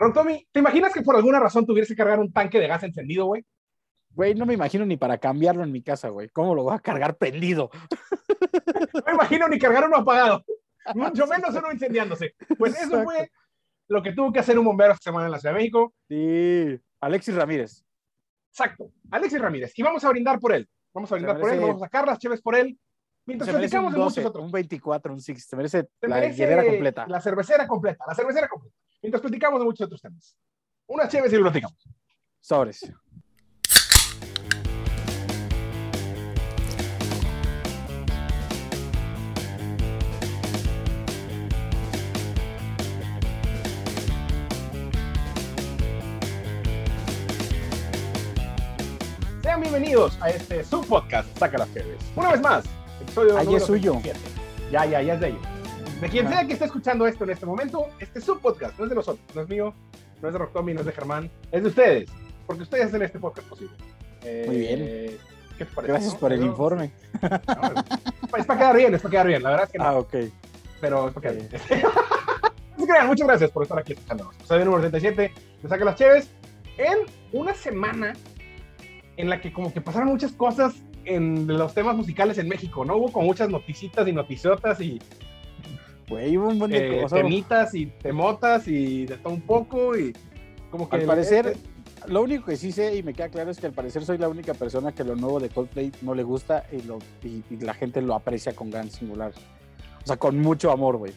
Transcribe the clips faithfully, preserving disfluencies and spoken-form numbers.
Pero Tommy, ¿te imaginas que por alguna razón tuviese que cargar un tanque de gas encendido, güey? Güey, no me imagino ni para cambiarlo en mi casa, güey. ¿Cómo lo voy a cargar prendido? No me imagino ni cargar uno apagado, mucho menos uno incendiándose. Pues eso Exacto. fue lo que tuvo que hacer un bombero esta semana en la Ciudad de México. Sí, Alexis Ramírez. Exacto, Alexis Ramírez. Y vamos a brindar por él. Vamos a Se brindar por él, merece, vamos a sacar las cheves por él. Mientras se merece platicamos un de muchos doce, otros. un veinticuatro, un seis. Se merece Se la hielera merece completa. la cervecera completa, la cervecera completa. Mientras platicamos de muchos otros temas. Unas cheves y lo platicamos. Sobres. Sean bienvenidos a este subpodcast Saca las Cheves. Una vez más, episodio Ahí número es suyo. veintisiete. Ya, ya, ya es de ellos. De quien Ajá. sea que esté escuchando esto en este momento, este subpodcast no es de nosotros, no es mío, no es de Rock Tommy, no es de Germán, es de ustedes, porque ustedes hacen este podcast posible. Eh, Muy bien. ¿Qué te parece? Gracias ¿no? por el Pero, informe. No, es para quedar bien, es para quedar bien, la verdad es que no, Ah, ok. pero es para quedar bien. Así que vean, muchas gracias por estar aquí escuchándonos. Episodio número treinta y siete de Saca las Cheves, en una semana en la que como que pasaron muchas cosas en los temas musicales en México, ¿no? Hubo como muchas noticitas y noticiotas y Güey, hubo un buen de eh, cosas. temitas y temotas y de todo un poco y como que... Al el- parecer, el- lo único que sí sé y me queda claro es que al parecer soy la única persona que lo nuevo de Coldplay no le gusta y, lo, y, y la gente lo aprecia con gran singular. O sea, con mucho amor, güey.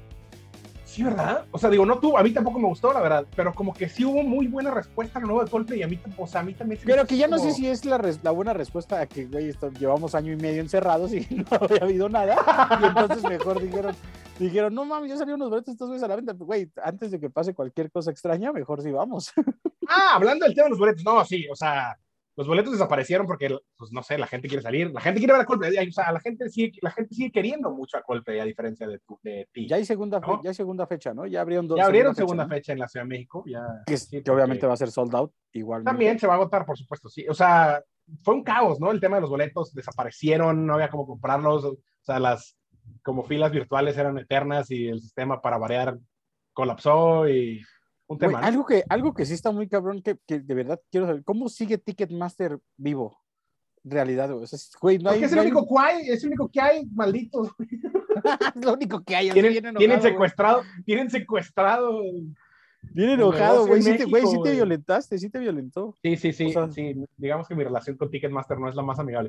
Sí, ¿verdad? O sea, digo, no tú, a mí tampoco me gustó, la verdad, pero como que sí hubo muy buena respuesta a lo nuevo de Coldplay y a mí, o sea, a mí también... se me Pero hizo que ya no como- sé si es la, res- la buena respuesta a que, güey, esto- llevamos año y medio encerrados y no había habido nada. Y entonces mejor dijeron, dijeron, no mames, ya salieron unos boletos estos güeyes a la venta. Güey, antes de que pase cualquier cosa extraña, mejor sí vamos. Ah, hablando del tema de los boletos, no, sí, o sea, los boletos desaparecieron porque, pues no sé, la gente quiere salir, la gente quiere ver a Coldplay, o sea, la gente sigue, la gente sigue queriendo mucho a Coldplay a diferencia de, tu, de ti. Ya hay segunda, fe- ¿no? ya hay segunda fecha, ¿no? Ya abrieron dos, Ya abrieron segunda segunda fecha, ¿no? fecha en la Ciudad de México, ya. Que, es- Sí, que obviamente porque va a ser sold out igualmente. también se va a agotar, por supuesto, sí. O sea, fue un caos, ¿no? El tema de los boletos, desaparecieron, no había cómo comprarlos, o sea, las como filas virtuales eran eternas y el sistema para variar colapsó y un Güey, tema, ¿no? algo que, algo que sí está muy cabrón, que, que de verdad quiero saber, ¿cómo sigue Ticketmaster vivo? Realidad, güey. O sea, güey, no Porque hay, es el no hay... único que hay, es el único que hay, malditos. es lo único que hay, así Tienen, bien enojado, tienen güey. secuestrado, tienen secuestrado Bien el enojado, negocio güey. en Sí te, güey, México, sí te güey. violentaste, sí te violentó. Sí, sí, O sí, sea, sí. Digamos que mi relación con Ticketmaster no es la más amigable.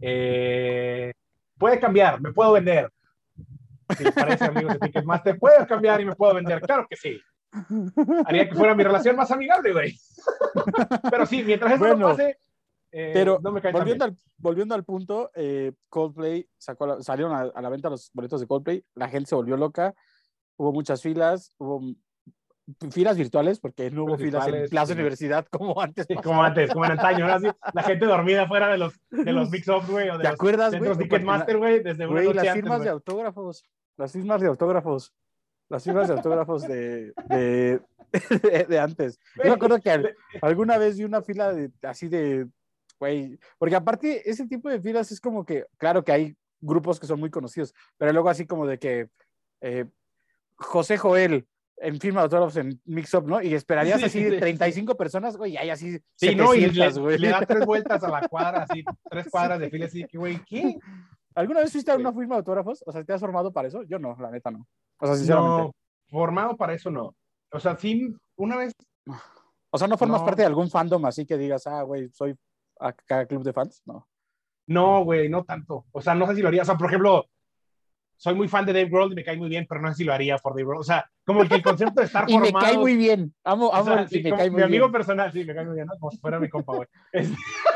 Eh, puede cambiar, me puedo vender. Si les parece, amigos de Ticketmaster, puedo cambiar y me puedo vender. Claro que sí. Haría que fuera mi relación más amigable, güey. Pero sí, mientras eso bueno, no pase, eh, pero no me cae tan bien. volviendo al, volviendo al punto, eh, Coldplay sacó la- salieron a, a la venta los boletos de Coldplay, la gente se volvió loca, hubo muchas filas, hubo m- filas virtuales porque no hubo Filas filas en virtuales, Plaza sí. Universidad como antes Sí, como pasaba. antes, como en antaño, ¿no? Así, la gente dormida fuera de los, de los mix-ups, güey, o de ¿Te los acuerdas, güey? centros O cuando- en la- Ticketmaster, güey, desde una Güey, noche las antes, firmas güey. de autógrafos, las firmas de autógrafos, las firmas de autógrafos de, de, de, de antes. Yo me acuerdo que al- alguna vez vi una fila de, así de, güey, porque aparte ese tipo de filas es como que, claro que hay grupos que son muy conocidos, pero luego así como de que eh, José Joel en firma de autógrafos en Mix Up, ¿no? Y esperarías Sí, así sí, sí, treinta y sí. cinco personas, güey, y hay así Sí, no, y setecientas, le, güey. le da tres vueltas a la cuadra, así, tres cuadras de fila, así que, güey, ¿qué? ¿Alguna vez fuiste a una Güey. firma de autógrafos? O sea, ¿te has formado para eso? Yo no, la neta no. O sea, sinceramente. No, formado para eso no. O sea, sí, una vez, O sea, ¿no formas no, parte de algún fandom así que digas, ah, güey, soy acá club de fans? No. no, güey, no tanto. O sea, no sé si lo haría. O sea, por ejemplo, soy muy fan de Dave Grohl y me cae muy bien, pero no sé si lo haría por Dave Grohl. O sea, como el que el concepto de estar Y me cae formado, muy bien. Amo, o amo sea, el y sí, me como cae mi muy amigo bien. personal, sí, me cae muy bien, ¿no? Como si fuera mi compa, güey. Es-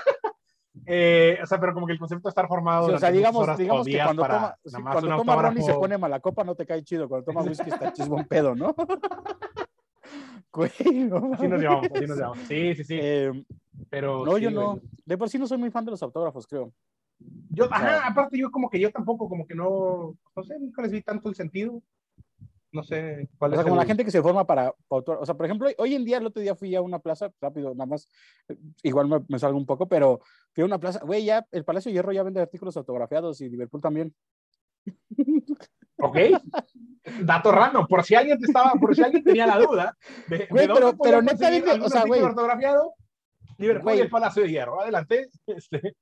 eh, o sea, pero como que el concepto de estar formado Sí, o sea, durante muchas digamos, horas o digamos que días cuando para toma, nada sí, más un cuando toma ron y se autógrafo. pone mala copa, no te cae chido. Cuando toma whisky está chisbón pedo, ¿no? Güey, no Así nos mames. llevamos, así nos llevamos. Sí, sí, sí. Eh, Pero no, sí, yo güey. no. De por sí no soy muy fan de los autógrafos, creo. Yo, O sea, ajá, aparte yo como que yo tampoco, como que no, no sé, nunca les vi tanto el sentido. No sé cuál O sea, es como la el... gente que se forma para, para autor- o sea, por ejemplo, hoy en día, el otro día fui a una plaza, rápido, nada más, eh, igual me, me salgo un poco, pero fui a una plaza, güey, ya el Palacio de Hierro ya vende artículos autografiados y Liverpool también. ¿Ok? Dato random, por si alguien te estaba, por si alguien tenía la duda de, güey, de pero, dónde pero podía neta, conseguir dice, algún o sea, artículo güey, autografiado, Liverpool güey, y el Palacio de Hierro. Adelante. Este.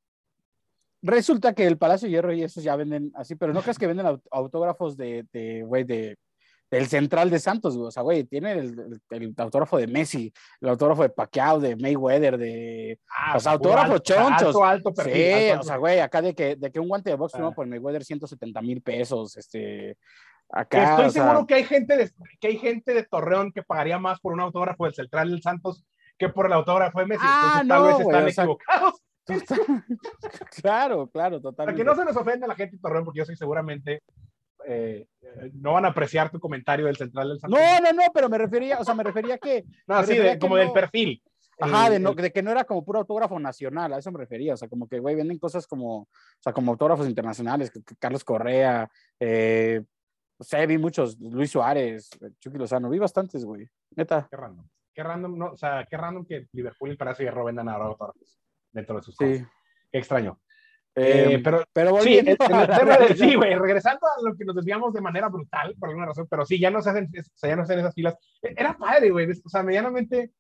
resulta que el Palacio de Hierro y esos ya venden así, pero no crees que venden aut- autógrafos de, de, güey, de, del central de Santos, güey. O sea, güey, tiene el, el, el autógrafo de Messi, el autógrafo de Pacquiao, de Mayweather, de, Ah, o o sea, sea, puro autógrafos alto, o sea, chonchos. alto, alto perfil. Sí, Alto, o alto sea, perfil. güey, acá de que, de que un guante de box firmado Ah. por Mayweather ciento setenta mil pesos, este, Que acá, estoy o sea, seguro que hay gente de, que hay gente de Torreón que pagaría más por un autógrafo del central del Santos que por el autógrafo de Messi. ah, Entonces, tal vez no, güey, están o sea, equivocados. total- claro, claro, Para que totalmente. no se nos ofenda la gente de Torreón, porque yo soy seguramente eh, eh, no van a apreciar tu comentario del central del Santos. No, no, no, pero me refería, o sea, me refería que, No, me sí, refería de, que como del no, perfil. ajá, El, de, no, el, de que no era como puro autógrafo nacional, a eso me refería, o sea, como que, güey, venden cosas como, o sea, como autógrafos internacionales, que, que Carlos Correa, eh, o sea, vi muchos, Luis Suárez, Chucky Lozano, vi bastantes, güey, neta. Qué random. Qué random, no, o sea, qué random que Liverpool y el Palacio de Hierro vendan ahora autógrafos dentro de sus cosas. Sí. Qué extraño. Eh, Eh, pero pero sí, volviendo en a el la tema de, realidad. sí, güey, regresando a lo que nos desviamos de manera brutal, por alguna razón, pero sí, ya no se hacen, o sea, ya no se hacen esas filas. Era padre, güey, o sea, medianamente,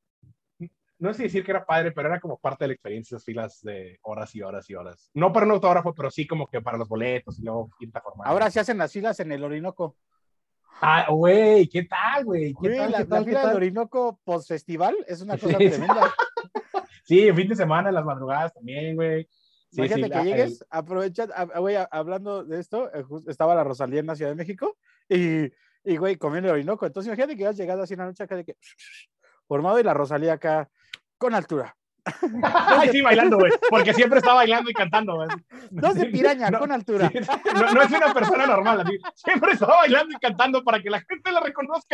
no sé decir que era padre, pero era como parte de la experiencia, esas filas de horas y horas y horas. No para un autógrafo, pero sí como que para los boletos y luego quinta formal. Ahora se hacen las filas en el Orinoco. Ah, güey, ¿qué tal, güey? ¿Qué Güey, tal, la, qué la tal, qué fila del tal? Orinoco post-festival es una cosa Sí, sí. tremenda. Sí, el fin de semana, en las madrugadas también, güey. Sí, Imagínate sí, que la, el... llegues, aprovecha, güey, hablando de esto, eh, just, estaba la Rosalía en la Ciudad de México y, y güey, comiendo el Orinoco. Entonces, imagínate que has llegado así en la noche acá de que, formado y la Rosalía acá con altura. Ay, sí, bailando, güey, porque siempre está bailando y cantando, güey. Dos de piraña, no, con altura. Sí, no, no es una persona normal, así. Siempre está bailando y cantando para que la gente la reconozca.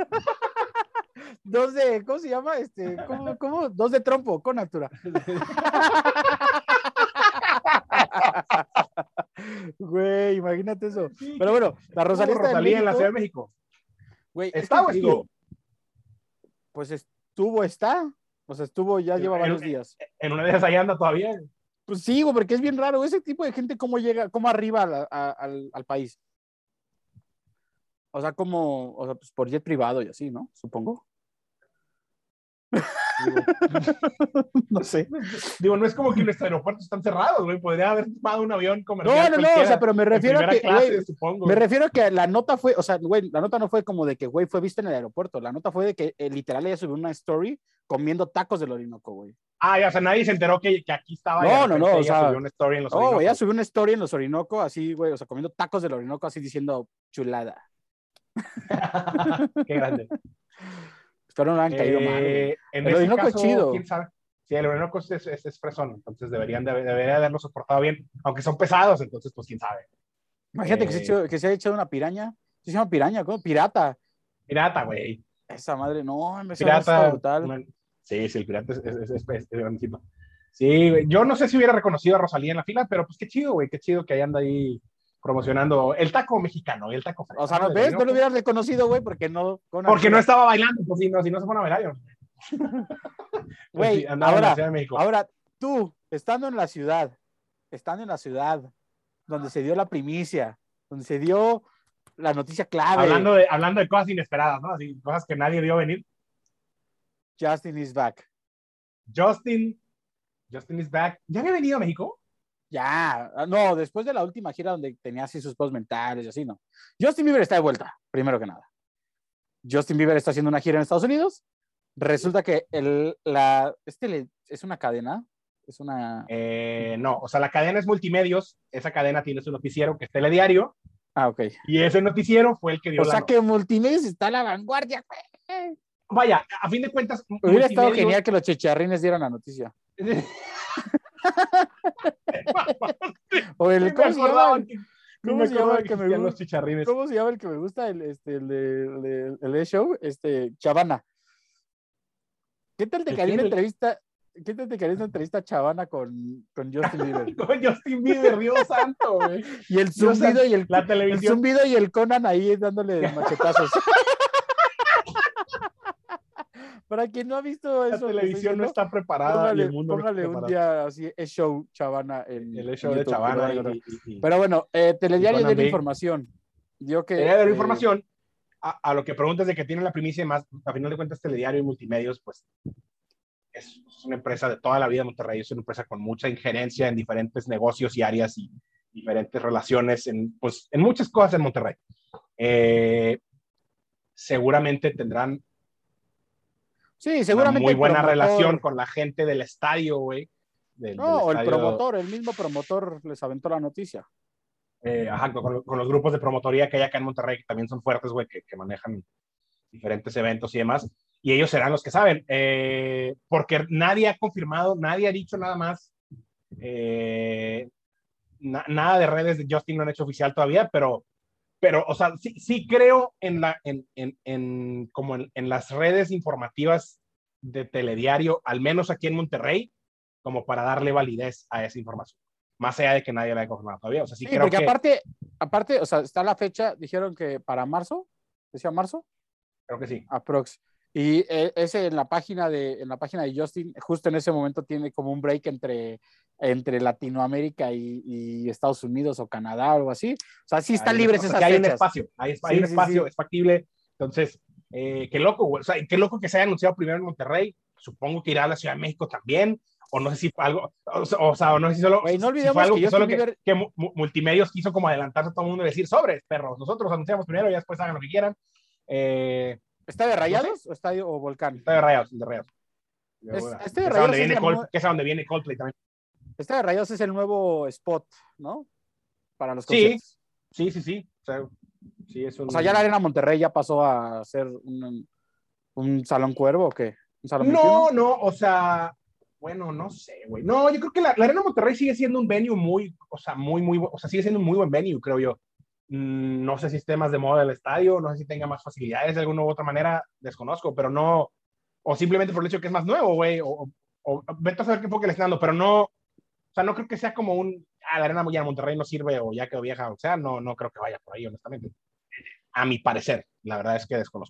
Dos de, ¿cómo se llama? Este, ¿cómo, cómo? Dos de trompo, con altura. Güey, imagínate eso. Pero bueno, la Rosalía está en Rosalía México. en la Ciudad de México. Güey, ¿Está es que o te digo, estuvo? pues estuvo, está. O sea, estuvo, ya lleva En, varios días. en una de esas ahí anda todavía. Pues sí, güey, porque es bien raro. Ese tipo de gente, ¿cómo llega, cómo arriba a la, a, al, al país? O sea, como, o sea, pues por jet privado y así, ¿no? Supongo. Digo, no sé. Digo, no es como que nuestros aeropuertos están cerrados, güey. Podría haber tomado un avión comercial. No, no, no, o sea, pero me refiero a que, clase, güey, supongo. me refiero a que la nota fue, o sea, güey, la nota no fue como de que, güey, fue vista en el aeropuerto. La nota fue de que eh, literal ella subió una story comiendo tacos del Orinoco, güey. Ah, ya, o sea, nadie se enteró que, que aquí estaba. No, y no, no, o ella sea, subió una story en los oh, Orinocos. ella subió una story en los Orinoco, así, güey, o sea, comiendo tacos del Orinoco, así diciendo chulada. Qué grande. Espero no le han eh, caído mal, güey. En El ese Orinoco caso, es chido. quién sabe. Sí, el Orinoco es, es, es fresón, entonces deberían de, debería haberlo soportado bien, aunque son pesados, entonces, pues quién sabe. Imagínate Eh, que, se hecho, que se ha echado una piraña. ¿Sí se llama piraña? ¿Cómo? Pirata. Pirata, güey. Esa madre, no, esa Pirata. está brutal. Una, sí, sí, el pirata es, es, es, es, es, es grandísimo. Sí, güey. Yo no sé si hubiera reconocido a Rosalía en la fila, pero pues qué chido, güey, qué chido que ahí anda ahí promocionando el taco mexicano y el taco fresco. O sea, ¿no ves? No lo hubieras reconocido, güey, porque no. Con porque altura. No estaba bailando, pues si no, si no se pone a bailar. Güey, pues, sí, ahora, ahora tú, estando en la ciudad, estando en la ciudad donde se dio la primicia, donde se dio la noticia clave. Hablando de, hablando de cosas inesperadas, ¿no? Así, cosas que nadie vio venir. Justin is back. Justin, Justin is back. ¿Ya había venido a México? Ya, no, después de la última gira donde tenía así sus posts mentales y así, no. Justin Bieber está de vuelta, primero que nada. Justin Bieber está haciendo una gira en Estados Unidos. Resulta que el, la, este le, es una cadena, es una... Eh, no, o sea, la cadena es Multimedios, esa cadena tiene su noticiero que es Telediario. Ah, ok. Y ese noticiero fue el que dio o la sea nota. que Multimedios está a la vanguardia. Vaya, a fin de cuentas... Hubiera multimedios... estado genial que los chicharrines dieran la noticia. o el, ¿cómo se llama? ¿Cómo se llama el que me gusta? ¿Cómo se llama el que me gusta? El, este, el de, el de, el de show, este, Chavana. ¿Qué tal te caería una entrevista? ¿Qué tal te caería una entrevista Chavana con, con Justin Bieber? Con Justin Bieber, Dios santo, güey. Y el zumbido y el, la televisión. el zumbido y el Conan ahí dándole machetazos. Para quien no ha visto eso, la televisión no está preparada. Póngale, y el mundo póngale no está un día así, es show Chavana. En, el show en de YouTube, Chavana. Y, y, y, pero bueno, eh, Telediario dio la Big. información. dio que... Debería haber eh, información. A, a lo que preguntas de que tienen la primicia y más, a final de cuentas, Telediario y Multimedios, pues es, es una empresa de toda la vida. Monterrey es una empresa con mucha injerencia en diferentes negocios y áreas y diferentes relaciones en, pues, en muchas cosas en Monterrey. Eh, seguramente tendrán sí, una seguramente muy el buena relación promotor, con la gente del estadio, güey. Del, del no, o el estadio, promotor, el mismo promotor les aventó la noticia. eh, ajá, con, con, los grupos de promotoría que hay acá en Monterrey, que también son fuertes, güey, que, que manejan diferentes eventos y demás, y ellos serán los que saben, eh, porque nadie ha confirmado, nadie ha dicho nada más, eh, na, nada de redes de Justin no han hecho oficial todavía, pero, pero o sea, sí, sí creo en, la, en, en, en, como en, en las redes informativas de Telediario, al menos aquí en Monterrey, como para darle validez a esa información, más allá de que nadie la haya confirmado todavía. O sea, sí, Sí, creo porque que, aparte, aparte, o sea, está la fecha, dijeron que para marzo, decía marzo, creo que sí. aprox. Y eh, ese en la página de en la página de Justin, justo en ese momento tiene como un break entre, entre Latinoamérica y, y Estados Unidos o Canadá o algo así. O sea, sí están Hay un, libres o sea, esas que hay un fechas. espacio, hay, hay Sí, un sí, espacio, sí. es factible. Entonces, eh, qué loco, güey. O sea, qué loco que se haya anunciado primero en Monterrey. Supongo que irá a la Ciudad de México también. O no sé si fue algo, o, o sea, o no sé si solo, Güey, no si fue olvidemos algo que que Justin solo que, Bieber que mu- Multimedios quiso como adelantarse a todo el mundo y decir, sobres, perros, nosotros anunciamos primero y después hagan lo que quieran. Eh, ¿está de no sé, Rayados o estadio o Volcán? está de Rayados, de Rayados. Es, Que este de es a donde Rayados es, viene la, Coldplay, que es a donde viene Coldplay también. este de Rayados es el nuevo spot, ¿no? Para los Sí, conciertos. sí, sí, sí. O sea, sí, es O sea, ya la un... Arena Monterrey ya pasó a ser un, un salón cuervo o qué? ¿Un salón veintiuno? No, no, o sea, bueno, no sé, güey. No, yo creo que la, la Arena Monterrey sigue siendo un venue muy, o sea, muy, muy, o sea, sigue siendo un muy buen venue, creo yo. Mm, no sé si esté más de moda el estadio, no sé si tenga más facilidades de alguna u otra manera, desconozco, pero no, o simplemente por el hecho de que es más nuevo, güey, o, o, o vete a saber qué poco le están dando, pero no, o sea, no creo que sea como un, ah, la Arena ya Monterrey no sirve o ya quedó vieja, o sea, no, no creo que vaya por ahí, honestamente. A mi parecer, la verdad es que desconozco.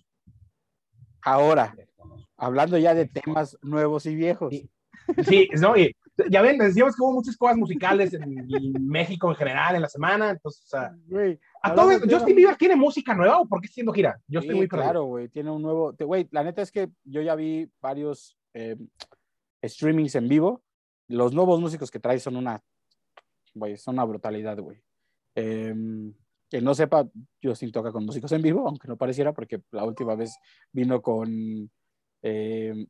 Ahora, Desconozco. hablando ya de Desconozco. temas nuevos y viejos. Y, sí, no, y ya ven, decíamos que hubo muchas cosas musicales en, en México en general en la semana, entonces, o sea, Güey, a todo, hablando de temas... ¿Justin Bieber tiene música nueva o por qué está haciendo gira? Yo estoy Sí, muy perdido. claro, güey, tiene un nuevo... Güey, la neta es que yo ya vi varios eh, streamings en vivo. Los nuevos músicos que trae son una... Güey, son una brutalidad, güey. Eh, que no sepa, Justin toca con músicos en vivo, aunque no pareciera, porque la última vez vino con... Eh,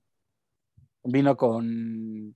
vino con...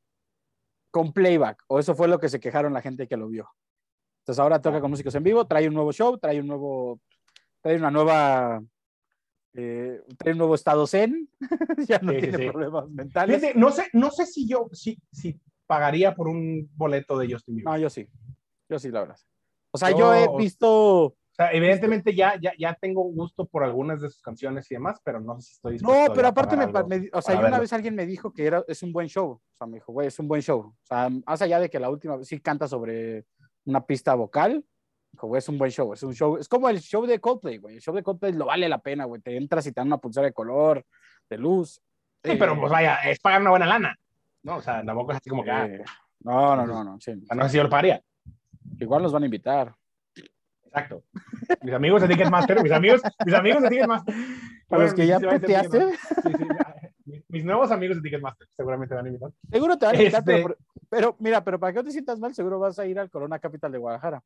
con playback, o eso fue lo que se quejaron la gente que lo vio. Entonces ahora toca con músicos en vivo, trae un nuevo show, trae un nuevo, trae una nueva, eh, trae un nuevo estado zen, ya no Sí, sí, tiene sí. problemas mentales. Fíjate, no sé, no sé si yo si, si pagaría por un boleto de Justin Bieber. No, yo sí, yo sí, la verdad. O sea, Yo, yo he o visto... sea, visto... evidentemente ya, ya, ya tengo gusto por algunas de sus canciones y demás, pero no sé si estoy No, dispuesto pero ya a aparte, pagar me, algo me, o sea, para yo una verlo. vez alguien me dijo que era, es un buen show. O sea, me dijo, güey, es un buen show. O sea, más allá de que la última vez sí canta sobre una pista vocal, dijo, güey, es un buen show. Es un show, es como el show de Coldplay, güey. El show de Coldplay lo vale la pena, güey. Te entras y te dan una pulsera de color, de luz. Sí, pero Eh, pues vaya, es pagar una buena lana, ¿no? O sea, tampoco es así como que, ah, eh, no, no, no, entonces, no. Sí, o sea, no sé si yo lo pagaría. igual nos van a invitar. Exacto. Mis amigos de Ticketmaster, mis amigos, mis amigos de Ticketmaster. A los Fueron que ya difícilmente de puteaste. Ticketmaster. Sí, sí, mis, mis nuevos amigos de Ticketmaster seguramente van a invitar. Seguro te van a invitar, Este... pero, pero mira, pero para que no te sientas mal, seguro vas a ir al Corona Capital de Guadalajara.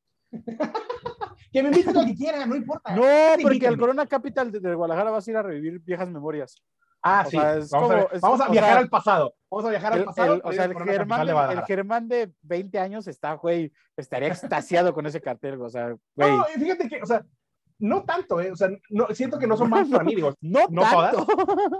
Que me inviten lo que quieran, no importa. No, porque Invítenme. al Corona Capital de, de Guadalajara vas a ir a revivir viejas memorias. Ah, O sí. sea, es Vamos como. a, Es, vamos a o viajar sea, al pasado. Vamos a viajar al el, pasado. el, o sea, el Germán, de de, el Germán de veinte años está, güey, estaría extasiado con ese cartel. O sea, güey. No, fíjate que, o sea, no tanto, ¿eh? O sea, no, siento que no son más para mí, digo, no, no tanto. todas.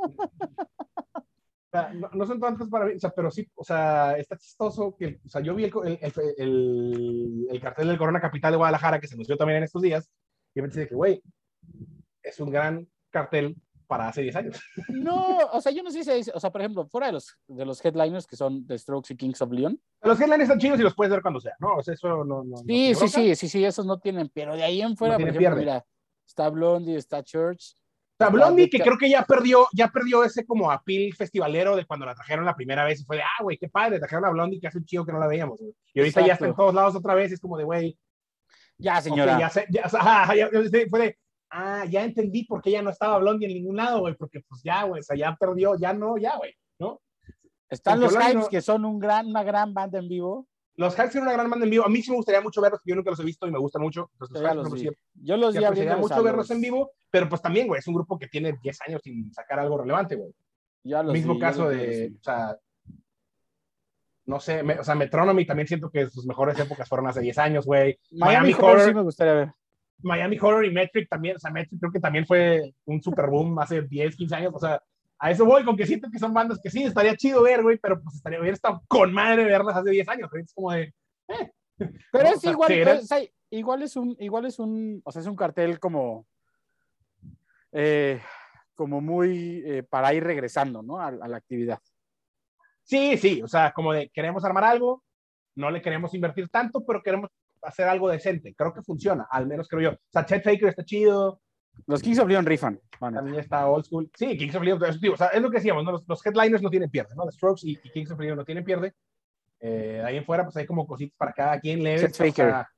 O sea, no, no son tantas para mí, o sea, pero sí, o sea, está chistoso que, o sea, yo vi el, el, el, el cartel del Corona Capital de Guadalajara que se anunció también en estos días y me decía que, güey, es un gran cartel para hace diez años. No, o sea, yo no sé si dice, o sea, por ejemplo, fuera de los, de los headliners que son The Strokes y Kings of Leon. Los headlines están chidos y los puedes ver cuando sea, ¿no? O sea, eso no, no, Sí, no sí, sí, sí, sí, esos no tienen, pero de ahí en fuera, no por tiene ejemplo, pierde. mira, está Blondie, está Church. O sea, está Blondie, que Dead... creo que ya perdió, ya perdió ese como apil festivalero de cuando la trajeron la primera vez y fue de, ah, güey, qué padre, trajeron a Blondie que hace un chido que no la veíamos, güey. Y ahorita Exacto. ya está en todos lados otra vez, es como de, güey. Ya, señora. Okay, ya sé, ya, ah, ya, fue de, ah, ya entendí por qué ya no estaba Blondie en ningún lado, güey, porque pues ya, güey, o sea, ya perdió, ya no, ya, güey, ¿no? Están Porque los Blondie Hypes, no, que son un gran, una gran banda en vivo. los Hypes son una gran banda en vivo. A mí sí me gustaría mucho verlos, yo nunca los he visto y me gustan mucho. Entonces, los Yo ya Hypes, los no, vi. sí, Yo los sí vi apreciaría abriéndoles mucho a verlos los... en vivo, pero pues también, güey, es un grupo que tiene diez años sin sacar algo relevante, güey. Ya los Mismo vi, yo caso los, yo los de, vi. o sea, no sé, me, o sea, Metronomy también siento que sus mejores épocas fueron hace diez años, güey. Miami, Miami Horror, Horror sí Horror, me gustaría ver. Miami Horror y Metric también, o sea, Metric creo que también fue un super boom hace diez, quince años, o sea, a eso voy, con que siento que son bandas que sí, estaría chido ver, güey, pero pues estaría, hubiera estado con madre verlas hace diez años, güey. Es como de, eh, Pero ¿no? es O sea, igual, seguirán... o sea, igual es un, igual es un, o sea, es un cartel como, eh, como muy eh, para ir regresando, ¿no? A, a la actividad. Sí, sí, o sea, como de queremos armar algo, no le queremos invertir tanto, pero queremos hacer algo decente. Creo que funciona, al menos creo yo. O sea, Chet Faker está chido. Los Kings of Leon rifan. Vale. También está old school. Sí, Kings of Leon, es, o sea, es lo que decíamos, ¿no? Los, los headliners no tienen pierde, ¿no? The Strokes y, y Kings of Leon no tienen pierde. Eh, ahí en fuera, pues hay como cositas para cada quien leves. Chet Faker. O sea,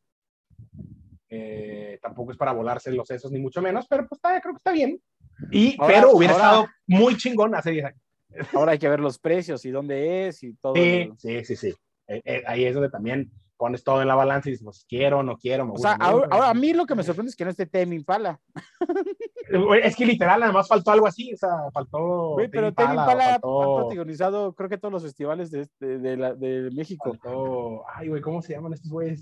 eh, tampoco es para volarse los sesos, ni mucho menos, pero pues está, creo que está bien. Y, ahora, pero hubiera ahora, estado muy chingón hace diez años. Ahora hay que ver los precios y dónde es y todo. Sí, el... sí, sí, sí. Eh, eh, ahí es donde también pones todo en la balanza y dices, pues quiero, no quiero, me O gusta. sea, me ahora, gusta. ahora a mí lo que me sorprende es que no esté Tame Impala. Es que literal, nada más faltó algo así, o sea, faltó. Güey, pero Tame Impala ha protagonizado, creo que todos los festivales de, de, de, la, de México. Faltó, ay, güey, ¿cómo se llaman estos güeyes?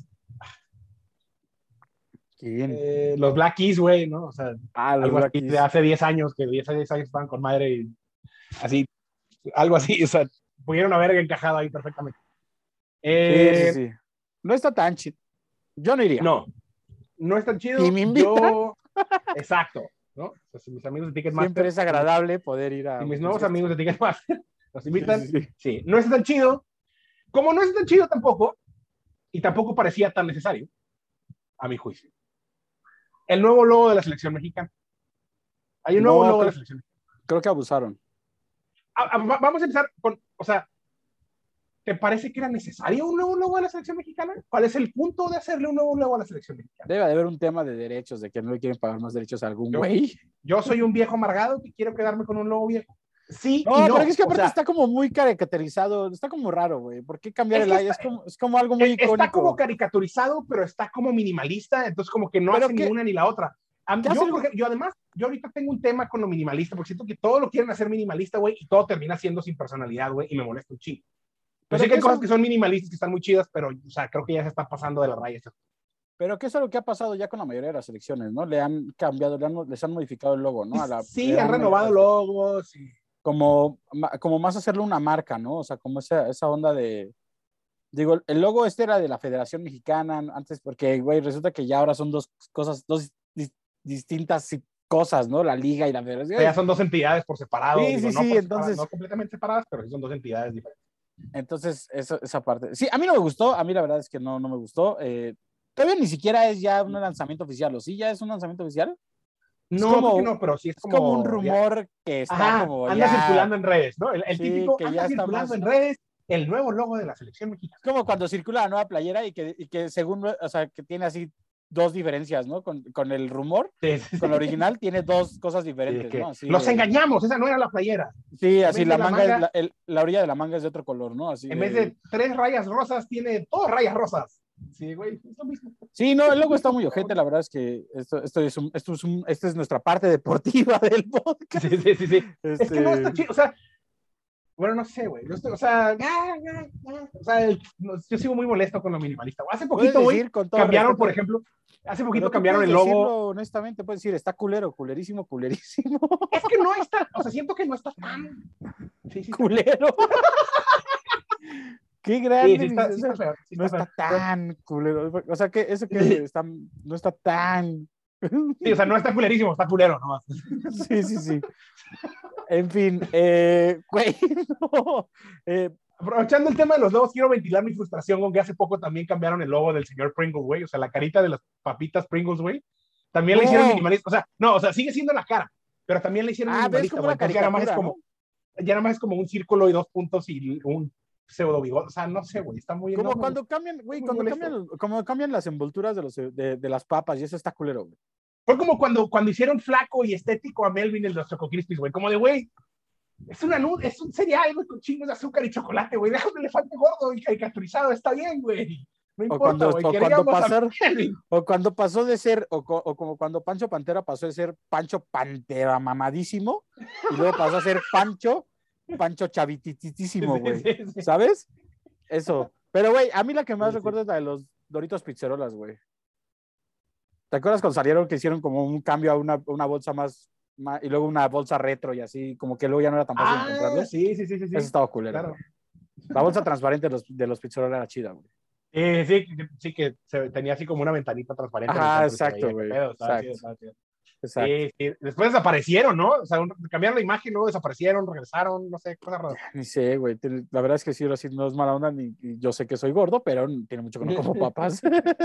¿Quién? Eh, los Black Keys, güey, ¿no? O sea, ah, algo así de hace diez años, que diez años estaban con madre y así, algo así, o sea, pudieron haber encajado ahí perfectamente. Eh, sí, sí, sí. No está tan chido. Yo no iría. No, no es tan chido. ¿Y me invitan? Yo, exacto, ¿no? O sea, si mis amigos de Ticketmaster. Siempre es agradable poder ir a. Si mis nuevos amigos de Ticketmaster nos invitan, sí, sí, sí. sí, no es tan chido. Como no es tan chido tampoco, y tampoco parecía tan necesario, a mi juicio. El nuevo logo de la selección mexicana. Hay un nuevo no, logo creo, de la selección mexicana. Creo que abusaron. A, a, vamos a empezar con, o sea, ¿te parece que era necesario un nuevo logo a la selección mexicana? ¿Cuál es el punto de hacerle un nuevo logo a la selección mexicana? Debe de haber un tema de derechos, de que no le quieren pagar más derechos a algún güey. Yo, yo soy un viejo amargado que quiero quedarme con un logo viejo. Sí, no, y no, pero es que aparte o sea, está como muy caricaturizado, está como raro, güey. ¿Por qué cambiar es el aire? Está, es, como, es como algo muy está icónico. Está como caricaturizado, pero está como minimalista, entonces como que no pero hace que, ni una ni la otra. Mí, yo, por ejemplo, yo además, yo ahorita tengo un tema con lo minimalista, porque siento que todo lo quieren hacer minimalista, güey, y todo termina siendo sin personalidad, güey, y me molesta un chingo. Pero sé que hay cosas que son minimalistas, que están muy chidas, pero, o sea, creo que ya se está pasando de la raya. Pero que eso es lo que ha pasado ya con la mayoría de las selecciones, ¿no? Le han cambiado, le han, les han modificado el logo, ¿no? A la, sí, han renovado logos. Y... Como, como más hacerlo una marca, ¿no? O sea, como esa, esa onda de... Digo, el logo este era de la Federación Mexicana antes, porque, güey, resulta que ya ahora son dos cosas, dos dis, distintas cosas, ¿no? La liga y la federación. O sea, ya son dos entidades por separado. Sí, digo, sí, no sí, por entonces... Separadas, no completamente separadas, pero sí son dos entidades diferentes. Entonces, eso, esa parte. Sí, a mí no me gustó, a mí la verdad es que no, no me gustó. Eh, todavía ni siquiera es ya un lanzamiento oficial, ¿o sí? ¿Ya es un lanzamiento oficial? No, es como, no, pero sí es como... Es como un rumor ya, que está ajá, como anda ya... circulando en redes, ¿no? El, el sí, típico que anda ya circulando más... en redes el nuevo logo de la selección mexicana. Es como cuando circula la nueva playera y que, y que según, o sea, que tiene así dos diferencias, ¿no? Con, con el rumor, sí, sí, con el original, tiene dos cosas diferentes, sí, ¿no? Así los de... engañamos, esa no era la playera. Sí, así la, la manga, manga es, la, el, la orilla de la manga es de otro color, ¿no? Así en de... vez de tres rayas rosas, tiene dos rayas rosas. Sí, güey, es lo mismo. Sí, no, el logo está muy ojete, la verdad es que esto, esto, es, un, esto, es, un, esta es nuestra parte deportiva del podcast. Sí, sí, sí, sí. Este... Es que no está chido, o sea, bueno, no sé, güey, o sea, ya, ya, ya. O sea, yo sigo muy molesto con lo minimalista. Hace poquito, güey, cambiaron, respeto, por ejemplo, hace poquito cambiaron el logo. Decirlo, honestamente, puedes decir, está culero, culerísimo, culerísimo. Es que no está, o sea, siento que no está tan... Sí, sí, culero. Qué grande. Sí, sí está, sí está feo, sí no está, está feo. Tan culero. O sea, que eso que está, no está tan... Sí, o sea, no está culerísimo, está culero nomás. Sí, sí, sí. En fin, eh, güey, no. Eh, Aprovechando el tema de los logos, quiero ventilar mi frustración con que hace poco también cambiaron el logo del señor Pringles, güey. O sea, la carita de las papitas Pringles, güey. También no. le hicieron minimalista. O sea, no, o sea, sigue siendo la cara, pero también le hicieron ah, minimalista, güey. Entonces ya nada más es como, ya nada más es como un círculo y dos puntos y un pseudo bigote, o sea, no sé, güey, está muy... Como no, cuando cambian, güey, muy cuando molesto. cambian, como cambian las envolturas de, los, de, de las papas y eso está culero, güey. Fue como cuando, cuando hicieron flaco y estético a Melvin el de los Choco Crispies, güey, como de, güey, es, una, es un cereal, güey, con chingos de azúcar y chocolate, güey, déjame un elefante gordo y caricaturizado, está bien, güey. No importa, güey, queríamos pasar, o cuando pasó de ser, o, o como cuando Pancho Pantera pasó de ser Pancho Pantera mamadísimo, y luego pasó a ser Pancho, Pancho chavititísimo, güey, sí, sí, sí. ¿Sabes? Eso. Pero, güey, a mí la que más sí, recuerdo sí. es la de los Doritos Pizzerolas, güey. ¿Te acuerdas cuando salieron que hicieron como un cambio a una, una bolsa más, más, y luego una bolsa retro y así, como que luego ya no era tan fácil ah, encontrarlos? Sí, sí, sí, sí. Eso estaba culero. Claro. La bolsa transparente de los, de los Pizzerolas era chida, güey. Eh, sí, sí, que se, tenía así como una ventanita transparente. Ah, exacto, güey. Exacto. Exacto. Sí, sí. Después desaparecieron, ¿no? O sea, cambiaron la imagen, luego desaparecieron, regresaron, no sé, cosas raras. Ni sé, güey. La verdad es que sí, sí, no es mala onda, ni yo sé que soy gordo, pero tiene mucho que no como papas.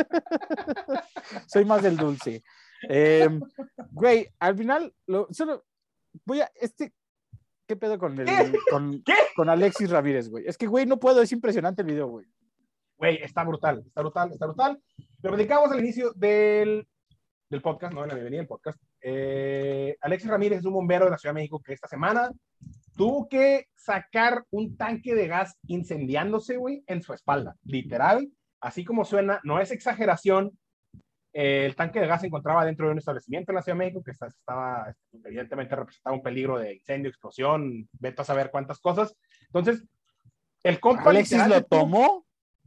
Soy más del dulce. Eh, güey, al final, lo, solo voy a, este, ¿qué pedo con el, ¿Qué? con, ¿Qué? con Alexis Ramírez, güey? Es que, güey, no puedo, es impresionante el video, güey. Güey, está brutal, está brutal, está brutal. Lo platicamos al inicio del, del podcast, no, en la bienvenida del podcast. Eh, Alexis Ramírez es un bombero de la Ciudad de México que esta semana tuvo que sacar un tanque de gas incendiándose, güey, en su espalda, literal, así como suena, no es exageración. Eh, el tanque de gas se encontraba dentro de un establecimiento en la Ciudad de México que estaba, evidentemente representaba un peligro de incendio, explosión, vete a saber cuántas cosas. Entonces, el compa Alexis literal, lo tomó,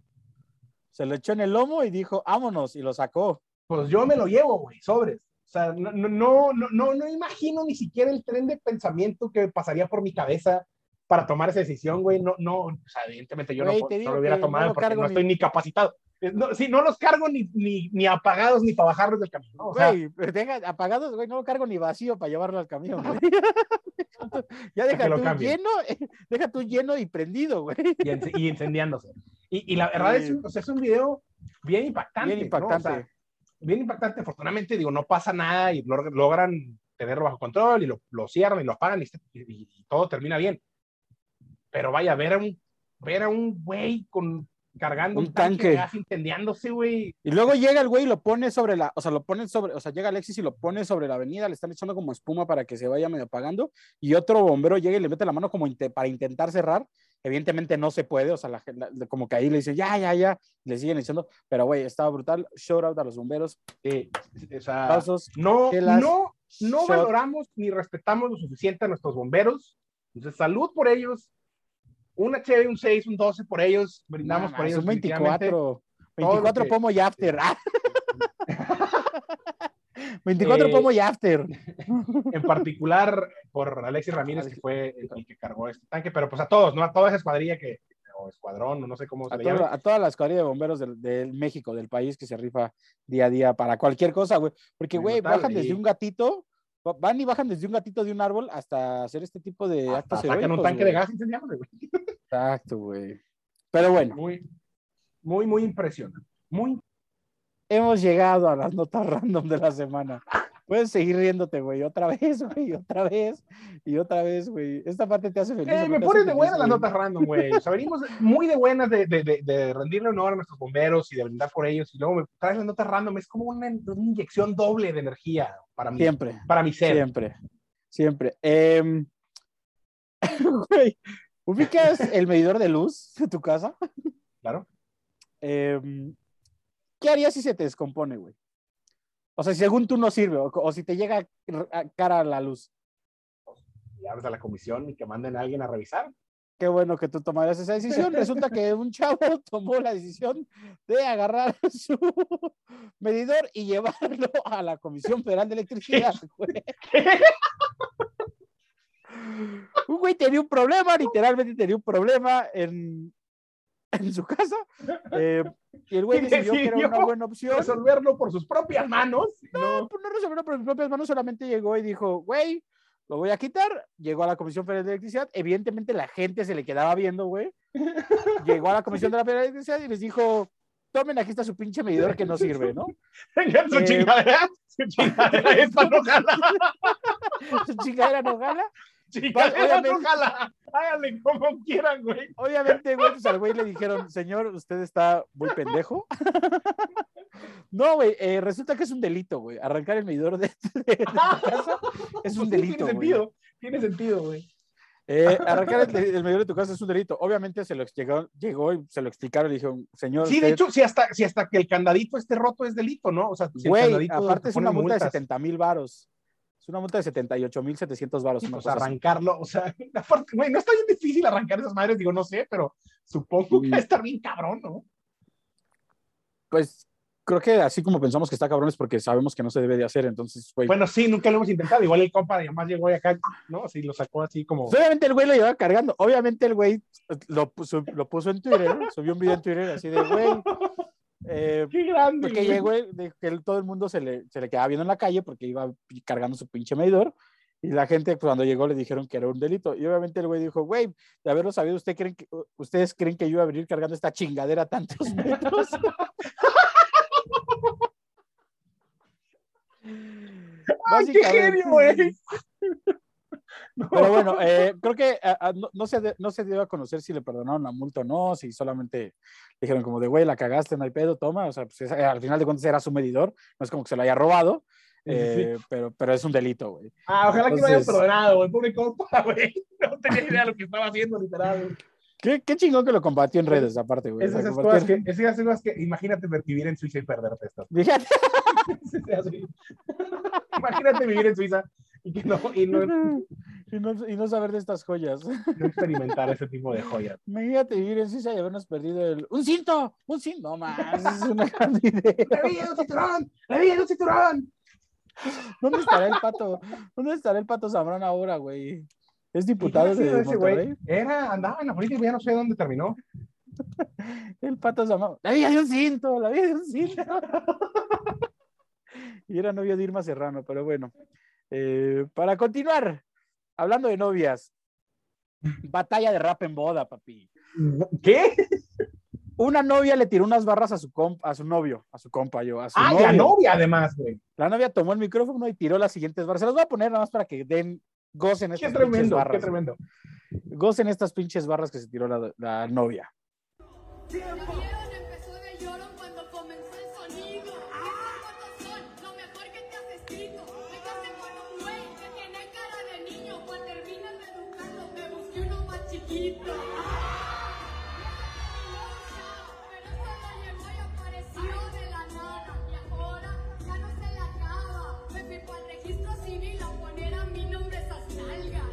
se lo echó en el lomo y dijo, vámonos, y lo sacó. Pues yo me lo llevo, güey, sobres. O sea, no, no, no, no, no imagino ni siquiera el tren de pensamiento que pasaría por mi cabeza para tomar esa decisión, güey. No, no, o sea, evidentemente yo wey, no, no lo hubiera tomado no porque no estoy ni, ni capacitado. No, sí, no los cargo ni, ni, ni apagados ni para bajarlos del camión. ¿no? O güey, sea, deja, apagados, güey, no lo cargo ni vacío para llevarlo al camión, güey. Ya deja tú lleno, deja tú lleno y prendido, güey. Y, y incendiándose. Y, y la verdad sí. es, un, o sea, es un video bien impactante. Bien impactante. ¿no? O sea, bien impactante. Afortunadamente, digo, no pasa nada y lo, logran tenerlo bajo control y lo, lo cierran y lo apagan y, y, y todo termina bien. Pero vaya, ver a un ver a un güey con cargando un, un tanque, tanque de gas incendiándose, güey. Y luego llega el güey y lo pone sobre la, o sea, lo pone sobre, o sea, llega Alexis y lo pone sobre la avenida, le están echando como espuma para que se vaya medio apagando, y otro bombero llega y le mete la mano como inte, para intentar cerrar, evidentemente no se puede, o sea, la, la, como que ahí le dice, ya, ya, ya, le siguen echando, pero güey, estaba brutal, shout out a los bomberos. Eh, o sea, Pausos, no, chelas, no, no shot. valoramos ni respetamos lo suficiente a nuestros bomberos, entonces salud por ellos. Una cheve, un seis, un doce por ellos, brindamos nah, por ellos. Un veinticuatro, veinticuatro que... pomo y after. veinticuatro eh, pomo y after. En particular por Alexis Ramírez, que fue el, el que cargó este tanque, pero pues a todos, ¿no? A toda esa escuadrilla que, o escuadrón, o no sé cómo se a le llama. A toda la escuadrilla de bomberos de, de México, del país, que se rifa día a día para cualquier cosa, güey. Porque, güey, bajan y... desde un gatito. Van y bajan desde un gatito de un árbol hasta hacer este tipo de hasta actos sacan heroicos, un tanque güey. de gas incendiándose, güey. Exacto, güey. Pero bueno. Muy, muy, muy impresionante. Muy. Hemos llegado a las notas random de la semana. Puedes seguir riéndote, güey. Otra vez, güey. Otra vez. Y otra vez, güey. Esta parte te hace feliz. Eh, me pones de buenas las notas random, güey. O sea, venimos muy de buenas de, de, de, de rendirle honor a nuestros bomberos y de brindar por ellos. Y luego me traes las notas random. Es como una, una inyección doble de energía para mí. Siempre. Para mi ser. Siempre. Siempre. Eh... Güey. ¿Ubicas el medidor de luz de tu casa? Claro. Eh... ¿Qué harías si se te descompone, güey? O sea, si según tú no sirve, o, o si te llega a cara a la luz. Y abres a la comisión y que manden a alguien a revisar. Qué bueno que tú tomaras esa decisión. Resulta que un chavo tomó la decisión de agarrar su medidor y llevarlo a la Comisión Federal de Electricidad, güey. Un güey tenía un problema, literalmente tenía un problema en... en su casa, eh, y el güey decidió, decidió que era una buena opción resolverlo por sus propias manos. No, no, pues no resolverlo por sus propias manos, solamente llegó y dijo, güey, lo voy a quitar. Llegó a la Comisión Federal de Electricidad, evidentemente la gente se le quedaba viendo, güey. Llegó a la Comisión de la Federal de Electricidad y les dijo, tomen, aquí está su pinche medidor que no sirve, ¿no? Tengan su eh, chingadera, su chingadera es para no jala. Su chingadera no jala. Chingadera, ojalá. Háganle como quieran, güey. Obviamente, güey, pues al güey le dijeron, señor, usted está muy pendejo. No, güey, eh, resulta que es un delito, güey. Arrancar el medidor de, de, de tu casa es un Pues sí, delito, tiene güey. sentido, tiene sentido, güey. Eh, arrancar el, el medidor de tu casa es un delito. Obviamente se lo llegó, llegó y se lo explicaron y dijeron, señor. Sí, usted... de hecho, si hasta, si hasta que el candadito esté roto es delito, ¿no? O sea, si güey, el candadito aparte es una multa multas. de setenta mil varos. Es una multa de setenta y ocho mil setecientos varos. Sí, una pues cosa arrancarlo, así. o sea, aparte, güey, no está bien difícil arrancar esas madres, digo, no sé, pero supongo que va a estar bien cabrón, ¿no? Pues creo que así como pensamos que está cabrón es porque sabemos que no se debe de hacer, entonces, güey. Bueno, sí, nunca lo hemos intentado, igual el compa además llegó acá, ¿no? Así lo sacó así como... Obviamente el güey lo llevaba cargando, obviamente el güey lo puso, lo puso en Twitter, subió un video en Twitter así de, güey, eh, ¡qué grande, porque llegó, de que el, todo el mundo se le, se le quedaba viendo en la calle porque iba cargando su pinche medidor, y la gente cuando llegó le dijeron que era un delito, y obviamente el güey dijo, güey, de haberlo sabido, ¿usted creen que, ¿ustedes creen que yo iba a venir cargando esta chingadera a tantos metros? ¡Ay, qué genio, güey! No. Pero bueno, eh, creo que uh, no, no, se de, no se dio a conocer si le perdonaron la multa o no, si solamente dijeron como de, güey, la cagaste, no hay pedo, toma, o sea, pues, al final de cuentas era su medidor, no es como que se lo haya robado, eh, sí. pero, pero es un delito, güey. Ah, ojalá Entonces, que lo hayan perdonado, güey, pobre compa, güey, no tenía idea de lo que estaba haciendo, literal, güey. Qué, qué chingón que lo combatió en redes, aparte, güey. Es esas cosas que, es esas cosas que, imagínate vivir en Suiza y perderte estas. Fíjate. Imagínate vivir en Suiza y, que no, y, no, y, no, y no saber de estas joyas. No experimentar ese tipo de joyas. Imagínate vivir en Suiza y habernos perdido el... ¡Un cinto! ¡Un cinto! No más, es una gran idea. ¡Le vi un cinturón! ¡Le vi un cinturón! ¿Dónde estará el pato? ¿Dónde estará el pato Zambrano ahora, güey? ¿Es diputado de ese Monterrey? Güey? Era, andaba en la política, ya no sé dónde terminó. El pato Zambrano. La vida de un cinto, la vida de un cinto. Y era novia de Irma Serrano, pero bueno. Eh, para continuar, hablando de novias, batalla de rap en boda, papi. ¿Qué? Una novia le tiró unas barras a su compa, a su novio, a su compa, yo. A su ah, novio. la novia además, güey. La novia tomó el micrófono y tiró las siguientes barras. Se las voy a poner nada más para que den, gocen estas qué tremendo, pinches barras. Qué tremendo. Gocen estas pinches barras que se tiró la, la novia. ¡Tiempo! Empezó de llorón cuando comenzó el sonido. Estos son lo mejor que te has escrito. Me casé con un güey que tiene cara de niño. Cuando terminas de educarlo, me busqué uno más chiquito. Pero solo llegó y apareció de la nada. Y ahora ya no se la acaba. Me fui para el registro civil a poner a mi nombre esas nalgas.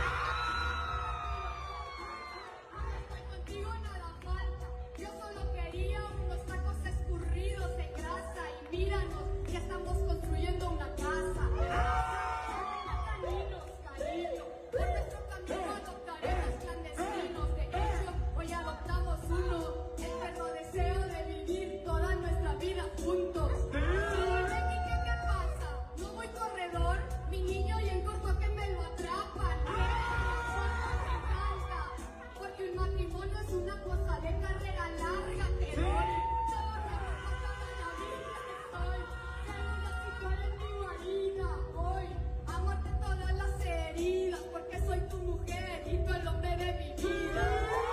Estoy contigo, nada falta. Yo solo quería unos tacos escurridos de grasa. Y míranos, ya estamos construyendo una casa. Caninos, cariño. Por nuestro camino adoptaremos clandestinos. De hecho, hoy adoptamos uno. El perro deseo de vivir toda nuestra vida juntos. ¿Qué, qué, qué pasa? No voy corredor. Mi niño y en corto que me lo atrapan. Solo me falta. Porque un matrimonio es una cosa de carrera larga, terror. Todo lo que pasa en la vida estoy. Seguro si tú eres mi guarida. Hoy, amarte todas las heridas. Porque soy tu mujer y tú el hombre de mi vida.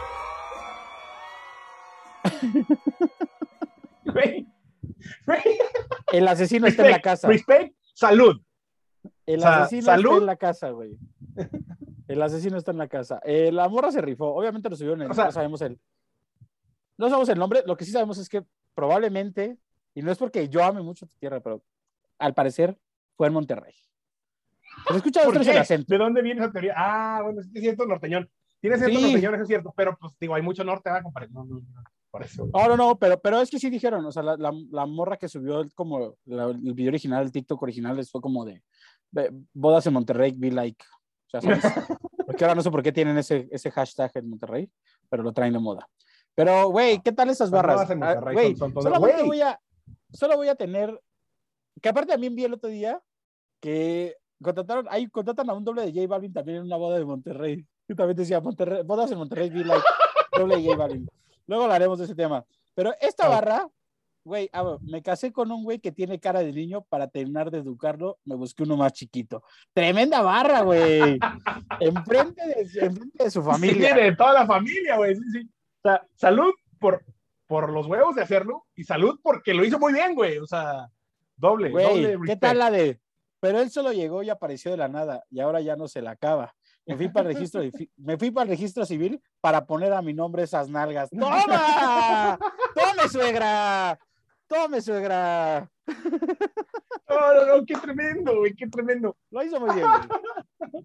Güey. El asesino está en la casa. Respect, salud. El O sea, asesino ¿salud? está en la casa, güey. El asesino está en la casa. Eh, la morra se rifó. Obviamente lo subieron en... O sea, no sabemos el... No sabemos el nombre. Lo que sí sabemos es que probablemente, y no es porque yo ame mucho tu tierra, pero al parecer fue en Monterrey. ¿Has escuchado ¿por ustedes qué? el acento? ¿De dónde viene esa teoría? Ah, bueno, es cierto, norteñón. Tiene cierto Sí. norteñón, eso es cierto, pero pues digo, hay mucho norte, va, compadre. No, no, no, por eso. No, no, no, pero, pero es que sí dijeron, o sea, la, la, la morra que subió el, como la, el video original, el TikTok original, fue como de, de bodas en Monterrey, be like. O sea, ¿sabes? Porque ahora no sé por qué tienen ese, ese hashtag en Monterrey, pero lo traen de moda. Pero, güey, ¿qué tal esas Las barras? bodas en Monterrey Güey, son- son todas- solamente güey. voy a, solo voy a tener, que aparte también vi el otro día que contrataron, ahí contratan a un doble de J Balvin también en una boda de Monterrey. Y también decía, Monterrey, bodas en Monterrey, be like, doble de J Balvin. Luego hablaremos de ese tema. Pero esta Ah. barra, güey, ah, me casé con un güey que tiene cara de niño, para terminar de educarlo, me busqué uno más chiquito. Tremenda barra, güey. Enfrente de, enfrente de su familia. Sí, de toda la familia, güey. Sí, sí. O sea, salud por, por los huevos de hacerlo y salud porque lo hizo muy bien, güey. O sea, doble, Güey, doble ¿qué respect. tal la de? Pero él solo llegó y apareció de la nada y ahora ya no se la acaba. Me fui para el registro, me fui para el registro civil para poner a mi nombre esas nalgas. ¡Toma! ¡Tome, suegra! ¡Tome, suegra! No, no, no, qué tremendo, güey, qué tremendo. Lo hizo muy bien, güey.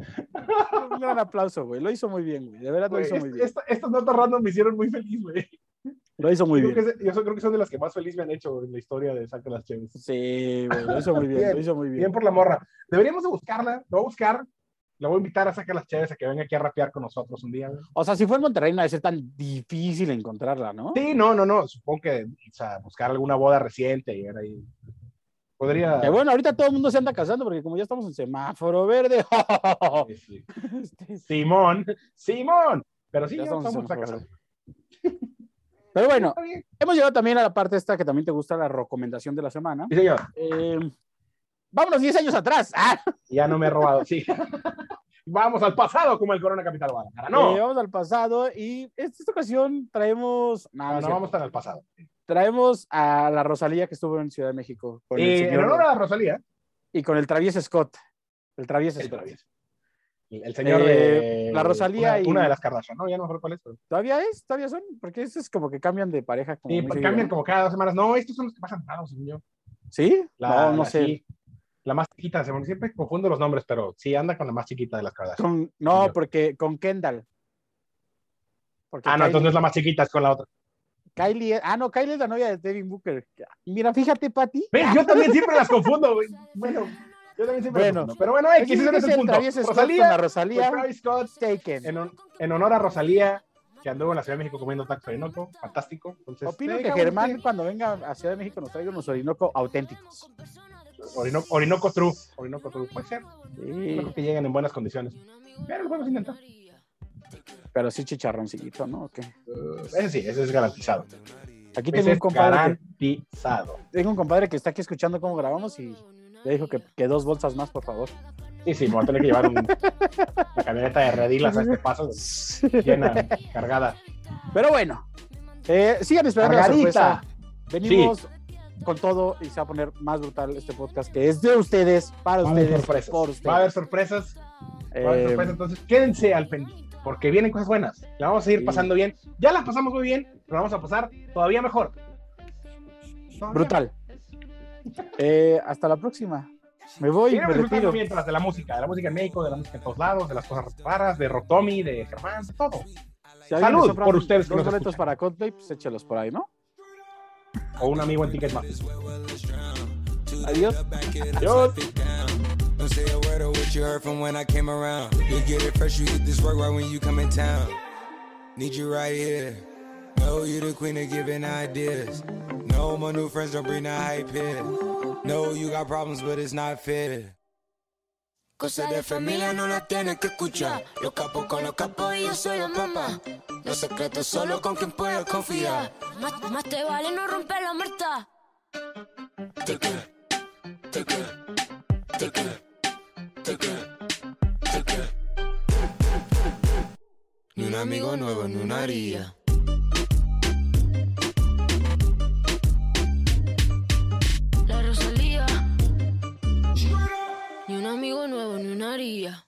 Un gran aplauso, güey. Lo hizo muy bien, güey. De verdad lo Güey, hizo muy est- bien. esta- estas notas random me hicieron muy feliz, güey. Lo hizo muy Yo creo bien. que es- yo creo que son de las que más feliz me han hecho en la historia de Saca las Cheves. Sí, güey. Lo hizo muy bien. Bien, Lo hizo muy Bien bien. por la morra. Deberíamos de buscarla, la voy a buscar. La voy a invitar a Saca las Cheves a que venga aquí a rapear con nosotros un día, güey. O sea, si fue en Monterrey no debe ser tan difícil encontrarla, ¿no? Sí, no, no, no. Supongo que, o sea, buscar alguna boda reciente y ver ahí. Podría. Que bueno, ahorita todo el mundo se anda casando porque como ya estamos en semáforo verde. Sí, sí. Este, Simón, Simón. Pero sí, Ya ya estamos estamos en a semáforo casar. Pero bueno, Está bien. hemos llegado también a la parte esta que también te gusta, la recomendación de la semana. Sí, señor. Eh, vámonos diez años atrás. ¡Ah! Ya no me he robado, sí. Vamos al pasado como el Corona Capital Guadalajara. No, Eh, vamos al pasado y esta, esta ocasión traemos, no, no, no es no cierto. vamos tan al pasado. Traemos a la Rosalía que estuvo en Ciudad de México con el Y en señor- honor a Rosalía, y con el Travies Scott. El Travies el, Scott. Travies. El- el señor Eh, de la Rosalía una, y- una de las Kardashian, ¿no? Ya no me acuerdo cuál es, pero ¿Todavía es? ¿Todavía son? Porque eso es como que cambian de pareja. Como sí, muy pues seguido, cambian ¿no? como cada dos semanas. No, estos son los que pasan raros, según yo. ¿Sí? La, no, no la- sé. sí, la más chiquita, según- siempre confundo los nombres, pero sí anda con la más chiquita de las Kardashian. Con- no, Yo. porque con Kendall. Porque Ah, no, Kylie- entonces no es la más chiquita, es con la otra. Kylie es- ah, no, Kylie es la novia de Devin Booker. Mira, fíjate, Pati. ¿Ves? Yo también siempre las confundo, güey. Bueno, yo también siempre Bueno. las confundo. Pero bueno, Ese X, ese es no es el el punto. Travis Scott con la Rosalía, Rosalía. pues, Travis Scott, Taken. en, hon- en honor a Rosalía, que anduvo en la Ciudad de México comiendo tacos de Orinoco, fantástico. Entonces, Opino eh, que cabrón, Germán, sí. cuando venga a Ciudad de México, nos traiga unos Orinoco auténticos. Orinoco, Orinoco True, Orinoco True, puede ser. Sí, No creo que lleguen en buenas condiciones. Pero lo podemos intentar. pero sí chicharroncito, ¿no? ¿O qué? Uh, ese sí, ese es garantizado. Aquí Ese tengo un, es compadre garantizado. que, tengo un compadre que está aquí escuchando cómo grabamos y le dijo que, que dos bolsas más, por favor. Sí, sí, me voy a tener que llevar un- una camioneta de redilas a este paso, llena, cargada. Pero bueno, eh, sigan esperando la Cargadita. sorpresa. Venimos con todo y se va a poner más brutal este podcast que es de ustedes, para Va a haber ustedes, sorpresas. por ustedes. Va a haber sorpresas. Va a haber Eh, sorpresas, entonces quédense al pendiente, porque vienen cosas buenas. La vamos a ir Sí. pasando bien. Ya la pasamos muy bien, pero la vamos a pasar todavía mejor. Todavía brutal. Eh, hasta la próxima. Me voy, Iremos me disfrutando retiro. mientras de la música, de la música en México, de la música en todos lados, de las cosas raras, de Rock Tommy, de Germán, de todo. Si alguien Salud le soplan por ustedes que dos nos boletos escuchan. para Coldplay, pues échelos por ahí, ¿no? O un amigo en Ticketmaster. Adiós. Adiós. Don't say a word of what you heard from when I came around. You get it fresh, you get this work right when you come in town. Need you right here. Know you the queen of giving ideas. No, my new friends don't bring the hype here. No, you got problems, but it's not fair. Cosas de familia no las tienes que escuchar. Los capos con los capos y yo soy la mamá. Los secretos solo con quien puedas confiar. Más, más te vale no romper la muerta. Te queda, te queda, te queda, te queda, te queda. Ni un amigo nuevo, ni una haría. La Rosalía. Ni un amigo nuevo, ni una haría.